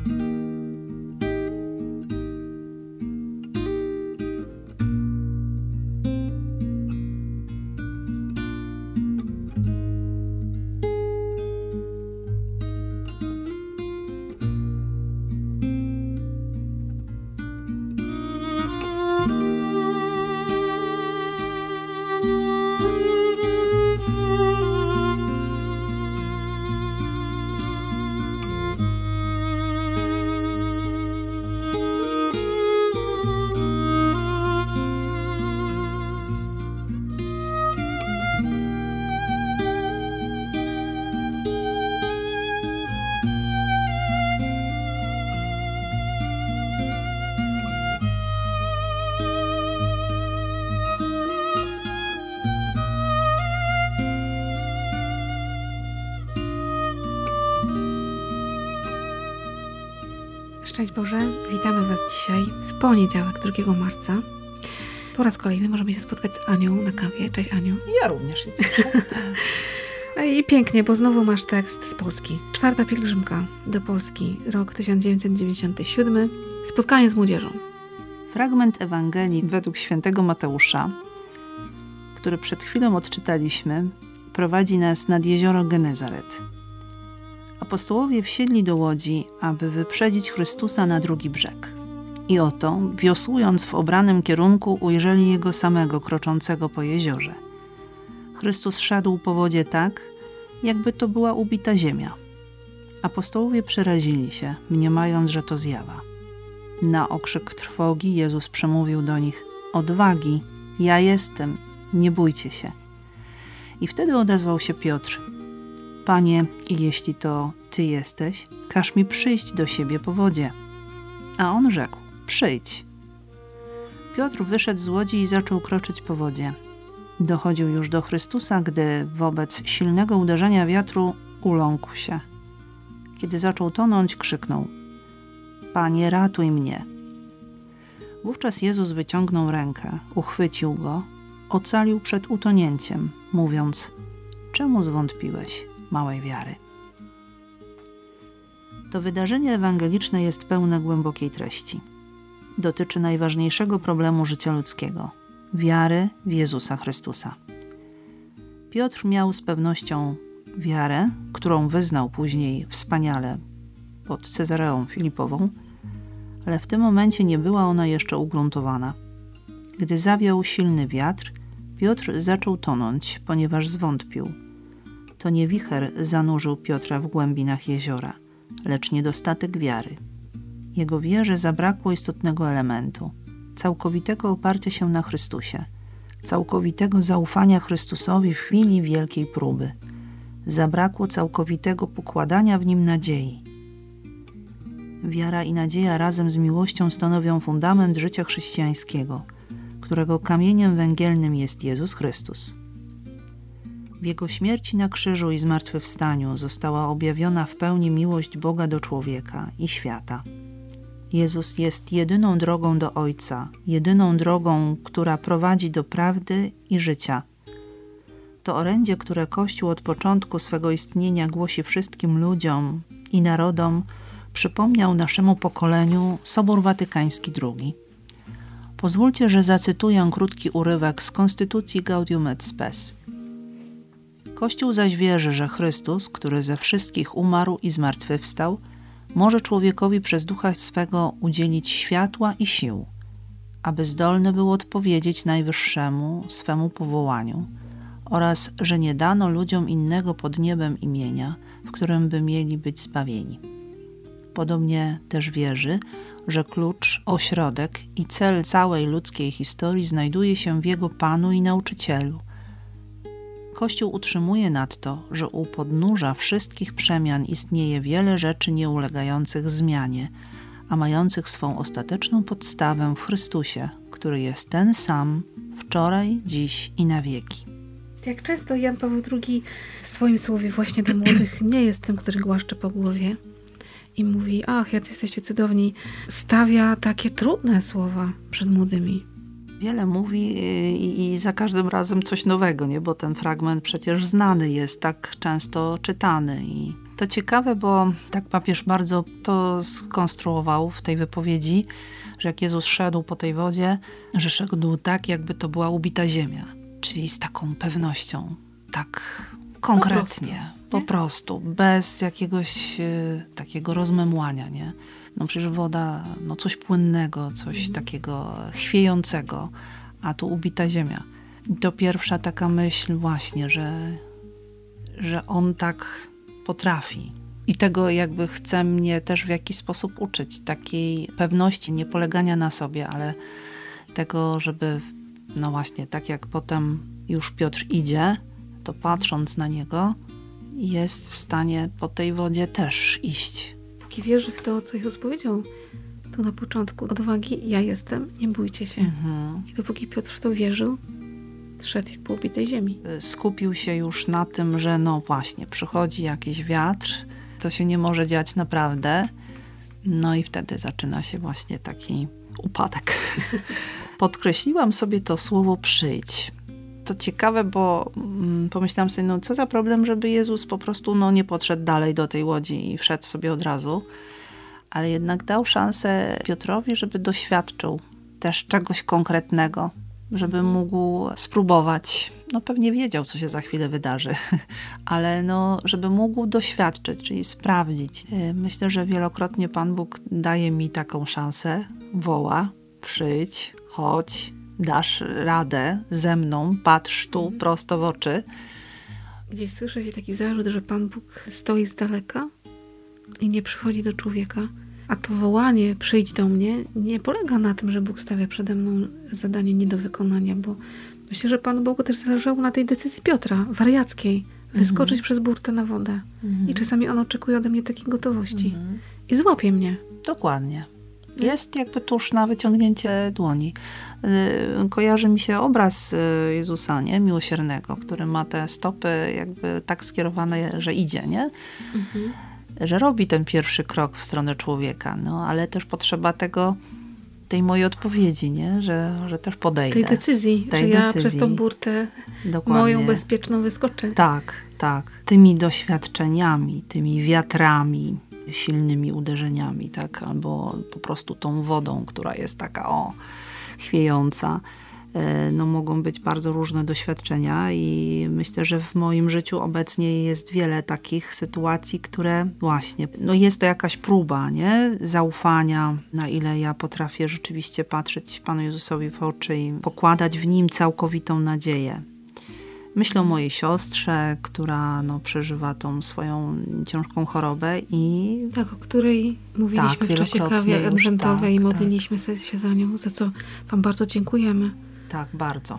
Szczęść Boże, witamy Was dzisiaj w poniedziałek, 2 marca. Po raz kolejny możemy się spotkać z Anią na kawie. Cześć Aniu. Ja również się cieszę. I pięknie, bo znowu masz tekst z Polski. 4. pielgrzymka do Polski, rok 1997. Spotkanie z młodzieżą. Fragment Ewangelii według świętego Mateusza, który przed chwilą odczytaliśmy, prowadzi nas nad jezioro Genezaret. Apostołowie wsiedli do łodzi, aby wyprzedzić Chrystusa na drugi brzeg. I oto, wiosłując w obranym kierunku, ujrzeli Jego samego kroczącego po jeziorze. Chrystus szedł po wodzie tak, jakby to była ubita ziemia. Apostołowie przerazili się, mniemając, że to zjawa. Na okrzyk trwogi Jezus przemówił do nich: odwagi, ja jestem, nie bójcie się. I wtedy odezwał się Piotr: Panie, jeśli to Ty jesteś, każ mi przyjść do siebie po wodzie. A on rzekł: przyjdź. Piotr wyszedł z łodzi i zaczął kroczyć po wodzie. Dochodził już do Chrystusa, gdy wobec silnego uderzenia wiatru uląkł się. Kiedy zaczął tonąć, krzyknął: Panie, ratuj mnie. Wówczas Jezus wyciągnął rękę, uchwycił go, ocalił przed utonięciem, mówiąc: czemu zwątpiłeś, małej wiary? To wydarzenie ewangeliczne jest pełne głębokiej treści. Dotyczy najważniejszego problemu życia ludzkiego – wiary w Jezusa Chrystusa. Piotr miał z pewnością wiarę, którą wyznał później wspaniale pod Cezareą Filipową, ale w tym momencie nie była ona jeszcze ugruntowana. Gdy zawiał silny wiatr, Piotr zaczął tonąć, ponieważ zwątpił. To nie wicher zanurzył Piotra w głębinach jeziora, lecz niedostatek wiary. Jego wierze zabrakło istotnego elementu – całkowitego oparcia się na Chrystusie, całkowitego zaufania Chrystusowi w chwili wielkiej próby. Zabrakło całkowitego pokładania w Nim nadziei. Wiara i nadzieja razem z miłością stanowią fundament życia chrześcijańskiego, którego kamieniem węgielnym jest Jezus Chrystus. W Jego śmierci na krzyżu i zmartwychwstaniu została objawiona w pełni miłość Boga do człowieka i świata. Jezus jest jedyną drogą do Ojca, jedyną drogą, która prowadzi do prawdy i życia. To orędzie, które Kościół od początku swego istnienia głosi wszystkim ludziom i narodom, przypomniał naszemu pokoleniu Sobór Watykański II. Pozwólcie, że zacytuję krótki urywek z Konstytucji Gaudium et Spes. Kościół zaś wierzy, że Chrystus, który ze wszystkich umarł i zmartwychwstał, może człowiekowi przez Ducha swego udzielić światła i sił, aby zdolny był odpowiedzieć Najwyższemu swemu powołaniu oraz, że nie dano ludziom innego pod niebem imienia, w którym by mieli być zbawieni. Podobnie też wierzy, że klucz, ośrodek i cel całej ludzkiej historii znajduje się w Jego Panu i Nauczycielu. Kościół utrzymuje nadto, że u podnóża wszystkich przemian istnieje wiele rzeczy nieulegających zmianie, a mających swą ostateczną podstawę w Chrystusie, który jest ten sam wczoraj, dziś i na wieki. Jak często Jan Paweł II w swoim słowie właśnie do młodych nie jest tym, który głaszcze po głowie i mówi: ach, jacy jesteście cudowni, stawia takie trudne słowa przed młodymi. Wiele mówi i za każdym razem coś nowego, nie? Bo ten fragment przecież znany jest, tak często czytany i To ciekawe, bo tak papież bardzo to skonstruował w tej wypowiedzi, że jak Jezus szedł po tej wodzie, że szedł tak, jakby to była ubita ziemia. Czyli z taką pewnością, tak konkretnie, po prostu, bez jakiegoś takiego rozmemłania, nie? No przecież woda, no coś płynnego, coś takiego chwiejącego, a tu ubita ziemia. I to pierwsza taka myśl właśnie, że on tak potrafi. I tego jakby chce mnie też w jakiś sposób uczyć. Takiej pewności, nie polegania na sobie, ale tego, żeby, no właśnie, tak jak potem już Piotr idzie, to patrząc na niego, jest w stanie po tej wodzie też iść. Póki wierzy w to, co Jezus powiedział tu na początku. Odwagi, ja jestem, nie bójcie się. I dopóki Piotr w to wierzył, szedł jak po ubitej ziemi. Skupił się już na tym, że no właśnie, przychodzi jakiś wiatr, to się nie może dziać naprawdę. No i wtedy zaczyna się właśnie taki upadek. Podkreśliłam sobie to słowo przyjdź. To ciekawe, bo pomyślałam sobie, no co za problem, żeby Jezus po prostu no, nie podszedł dalej do tej łodzi i wszedł sobie od razu. Ale jednak dał szansę Piotrowi, żeby doświadczył też czegoś konkretnego, żeby mógł spróbować. No pewnie wiedział, co się za chwilę wydarzy, ale no, żeby mógł doświadczyć, czyli sprawdzić. Myślę, że wielokrotnie Pan Bóg daje mi taką szansę, woła, przyjdź, chodź, dasz radę ze mną, patrz tu prosto w oczy. Gdzieś słyszę się taki zarzut, że Pan Bóg stoi z daleka i nie przychodzi do człowieka, a to wołanie przyjdź do mnie nie polega na tym, że Bóg stawia przede mną zadanie nie do wykonania, bo myślę, że Panu Bogu też zależało na tej decyzji Piotra, wariackiej, wyskoczyć przez burtę na wodę. I czasami on oczekuje ode mnie takiej gotowości. I złapie mnie. Dokładnie. Jest jakby tuż na wyciągnięcie dłoni. Kojarzy mi się obraz Jezusa, nie? Miłosiernego, który ma te stopy jakby tak skierowane, że idzie, nie? Że robi ten pierwszy krok w stronę człowieka, no ale też potrzeba tej mojej odpowiedzi, nie? Że też podejdę. Tej decyzji, że ja przez tą burtę moją bezpieczną wyskoczę. Tak. Tymi doświadczeniami, tymi wiatrami, silnymi uderzeniami, tak? Albo po prostu tą wodą, która jest taka chwiejąca. No mogą być bardzo różne doświadczenia i myślę, że w moim życiu obecnie jest wiele takich sytuacji, które właśnie, no jest to jakaś próba, nie? Zaufania, na ile ja potrafię rzeczywiście patrzeć Panu Jezusowi w oczy i pokładać w Nim całkowitą nadzieję. Myślę o mojej siostrze, która no, przeżywa tą swoją ciężką chorobę i... Tak, o której mówiliśmy w czasie kawy adwentowej i modliliśmy się za nią, za co Wam bardzo dziękujemy. Tak, bardzo.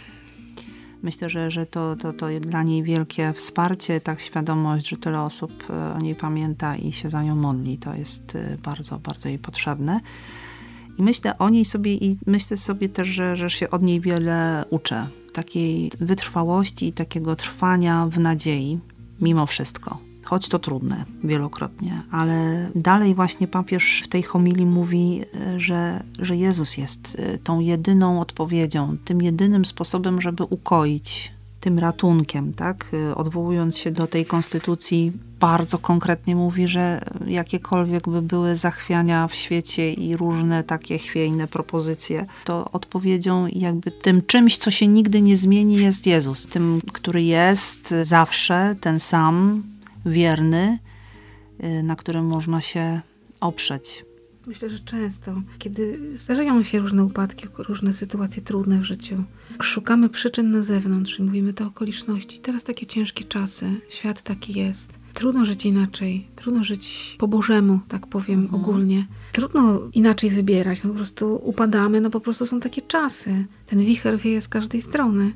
Myślę, że to dla niej wielkie wsparcie, tak świadomość, że tyle osób o niej pamięta i się za nią modli. To jest bardzo, bardzo jej potrzebne. I myślę o niej sobie i myślę sobie też, że się od niej wiele uczę. Takiej wytrwałości i takiego trwania w nadziei, mimo wszystko. Choć to trudne wielokrotnie, ale dalej właśnie papież w tej homilii mówi, że Jezus jest tą jedyną odpowiedzią, tym jedynym sposobem, żeby ukoić, tym ratunkiem, tak? Odwołując się do tej konstytucji, bardzo konkretnie mówi, że jakiekolwiek by były zachwiania w świecie i różne takie chwiejne propozycje, to odpowiedzią i jakby tym czymś, co się nigdy nie zmieni, jest Jezus. Tym, który jest zawsze ten sam, wierny, na którym można się oprzeć. Myślę, że często, kiedy zdarzają się różne upadki, różne sytuacje trudne w życiu, szukamy przyczyn na zewnątrz i mówimy te okoliczności. Teraz takie ciężkie czasy, świat taki jest. Trudno żyć inaczej, trudno żyć po Bożemu, tak powiem ogólnie. Trudno inaczej wybierać, no po prostu upadamy, no po prostu są takie czasy. Ten wicher wieje z każdej strony.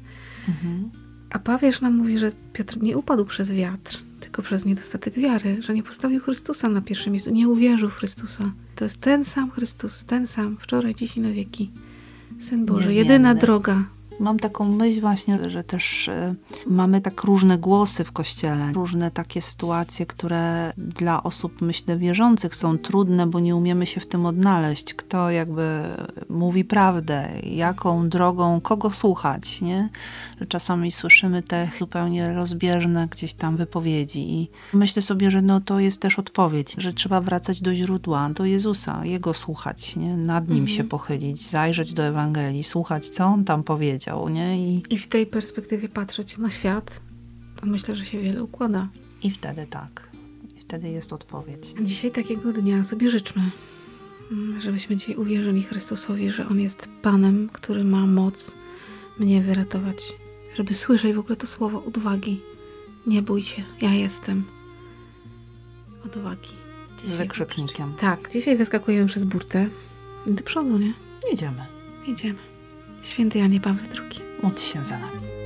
A papież nam mówi, że Piotr nie upadł przez wiatr, tylko przez niedostatek wiary, że nie postawił Chrystusa na pierwszym miejscu, nie uwierzył w Chrystusa. To jest ten sam Chrystus, ten sam, wczoraj, dziś i na wieki. Syn Boży, jedyna droga Mam taką myśl właśnie, że też mamy tak różne głosy w Kościele, różne takie sytuacje, które dla osób, myślę, wierzących są trudne, bo nie umiemy się w tym odnaleźć. Kto jakby mówi prawdę, jaką drogą, kogo słuchać, nie? Że czasami słyszymy te zupełnie rozbieżne gdzieś tam wypowiedzi i myślę sobie, że to jest też odpowiedź, że trzeba wracać do źródła, do Jezusa, Jego słuchać, nie? Nad Nim się pochylić, zajrzeć do Ewangelii, słuchać, co On tam powiedział, nie? I w tej perspektywie patrzeć na świat, to myślę, że się wiele układa. I wtedy tak. I wtedy jest odpowiedź. Dzisiaj takiego dnia sobie życzmy, żebyśmy dzisiaj uwierzyli Chrystusowi, że On jest Panem, który ma moc mnie wyratować. Żeby słyszeć w ogóle to słowo odwagi. Nie bój się, ja jestem. Odwagi. Z wykrzyknikiem. Tak, dzisiaj wyskakujemy przez burtę. Do przodu, nie? Idziemy. Idziemy. Święty Janie Pawle II. Módl się za nami.